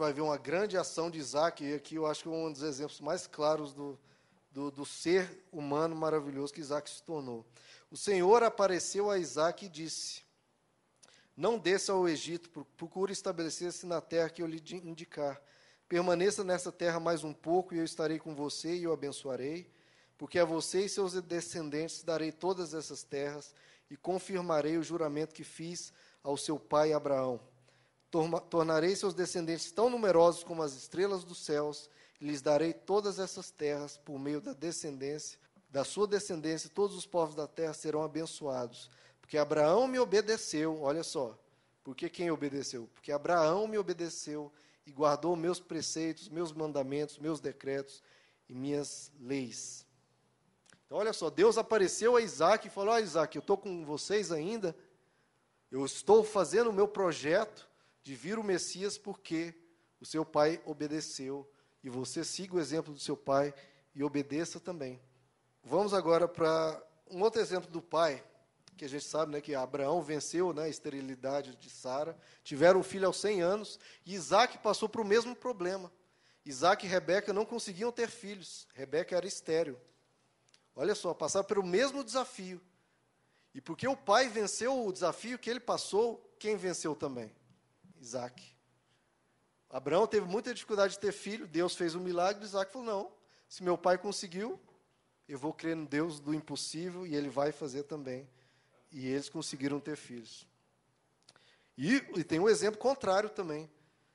vai ver uma grande ação de Isaac, e aqui eu acho que é um dos exemplos mais claros do ser humano maravilhoso que Isaac se tornou. O Senhor apareceu a Isaac e disse: não desça ao Egito, procure estabelecer-se na terra que eu lhe indicar. Permaneça nessa terra mais um pouco, e eu estarei com você e o abençoarei, porque a você e seus descendentes darei todas essas terras, e confirmarei o juramento que fiz ao seu pai Abraão. Tornarei seus descendentes tão numerosos como as estrelas dos céus, e lhes darei todas essas terras por meio da sua descendência, todos os povos da terra serão abençoados. Porque Abraão me obedeceu, olha só, porque quem obedeceu? Porque Abraão me obedeceu e guardou meus preceitos, meus mandamentos, meus decretos e minhas leis. Então, olha só, Deus apareceu a Isaac e falou: Isaac, eu estou com vocês ainda, eu estou fazendo o meu projeto de vir o Messias porque o seu pai obedeceu, e você siga o exemplo do seu pai e obedeça também. Vamos agora para um outro exemplo do pai, que a gente sabe, né, que Abraão venceu, né, a esterilidade de Sara, tiveram um filho aos 100 anos, e Isaac passou por o mesmo problema. Isaac e Rebeca não conseguiam ter filhos, Rebeca era estéril. Olha só, passaram pelo mesmo desafio. E porque o pai venceu o desafio que ele passou, quem venceu também? Isaac. Abraão teve muita dificuldade de ter filho, Deus fez um milagre, Isaac falou: não, se meu pai conseguiu, eu vou crer no Deus do impossível, e ele vai fazer também. E eles conseguiram ter filhos. E tem um exemplo contrário também.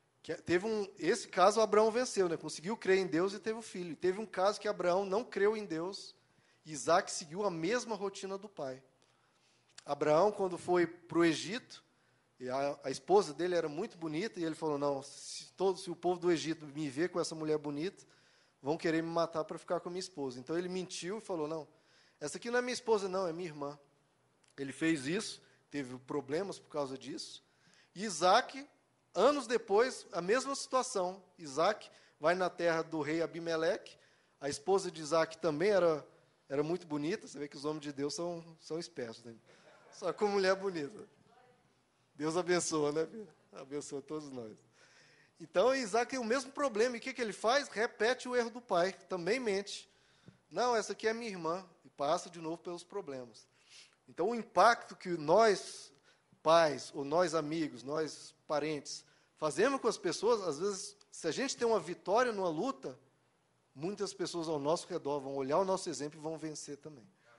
Esse caso, Abraão venceu, né? Conseguiu crer em Deus e teve um filho. E teve um caso que Abraão não creu em Deus, e Isaac seguiu a mesma rotina do pai. Abraão, quando foi para o Egito, e a esposa dele era muito bonita, e ele falou: não, se o povo do Egito me ver com essa mulher bonita, vão querer me matar para ficar com a minha esposa. Então ele mentiu e falou: não, essa aqui não é minha esposa, não, é minha irmã. Ele fez isso, teve problemas por causa disso. E Isaac, anos depois, a mesma situação. Isaac vai na terra do rei Abimeleque. A esposa de Isaac também era muito bonita. Você vê que os homens de Deus são espertos, né? Só com mulher bonita. Deus abençoa, né, filho? Abençoa todos nós. Então, Isaac tem o mesmo problema. E o que ele faz? Repete o erro do pai. Também mente. Não, essa aqui é minha irmã. E passa de novo pelos problemas. Então, o impacto que nós, pais, ou nós amigos, nós parentes, fazemos com as pessoas, às vezes, se a gente tem uma vitória numa luta, muitas pessoas ao nosso redor vão olhar o nosso exemplo e vão vencer também.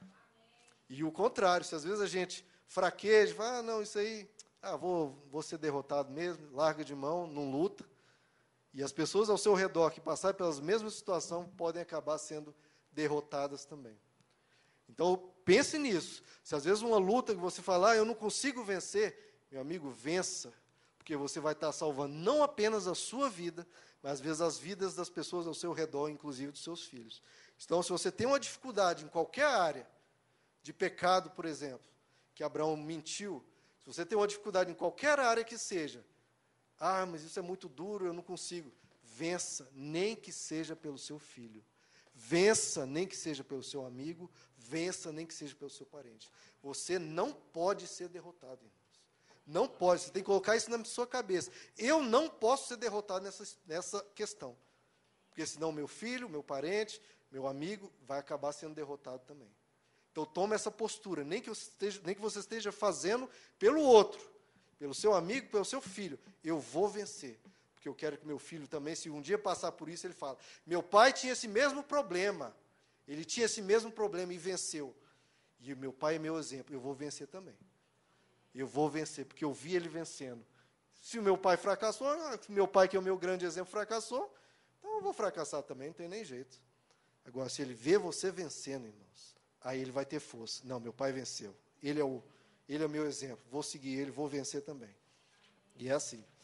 E o contrário, se às vezes a gente fraqueja, fala: não, isso aí, vou ser derrotado mesmo, larga de mão, não luta. E as pessoas ao seu redor que passarem pelas mesmas situações podem acabar sendo derrotadas também. Então, pense nisso. Se às vezes uma luta que você fala: eu não consigo vencer, meu amigo, vença, porque você vai estar salvando não apenas a sua vida, mas às vezes as vidas das pessoas ao seu redor, inclusive dos seus filhos. Então, se você tem uma dificuldade em qualquer área, de pecado, por exemplo, que Abraão mentiu, se você tem uma dificuldade em qualquer área que seja, mas isso é muito duro, eu não consigo, vença, nem que seja pelo seu filho. Vença, nem que seja pelo seu amigo, vença, nem que seja pelo seu parente. Você não pode ser derrotado, irmãos. Não pode, você tem que colocar isso na sua cabeça. Eu não posso ser derrotado nessa questão. Porque senão meu filho, meu parente, meu amigo, vai acabar sendo derrotado também. Então tome essa postura, nem que você esteja fazendo pelo outro, pelo seu amigo, pelo seu filho. Eu vou vencer. Porque eu quero que meu filho também, se um dia passar por isso, ele fala: meu pai tinha esse mesmo problema, ele tinha esse mesmo problema e venceu. E o meu pai é meu exemplo, eu vou vencer também. Eu vou vencer, porque eu vi ele vencendo. Se o meu pai fracassou, meu pai, que é o meu grande exemplo, fracassou, então eu vou fracassar também, não tem nem jeito. Agora, se ele vê você vencendo, irmãos, aí ele vai ter força. Não, meu pai venceu, ele é o meu exemplo, vou seguir ele, vou vencer também. E é assim.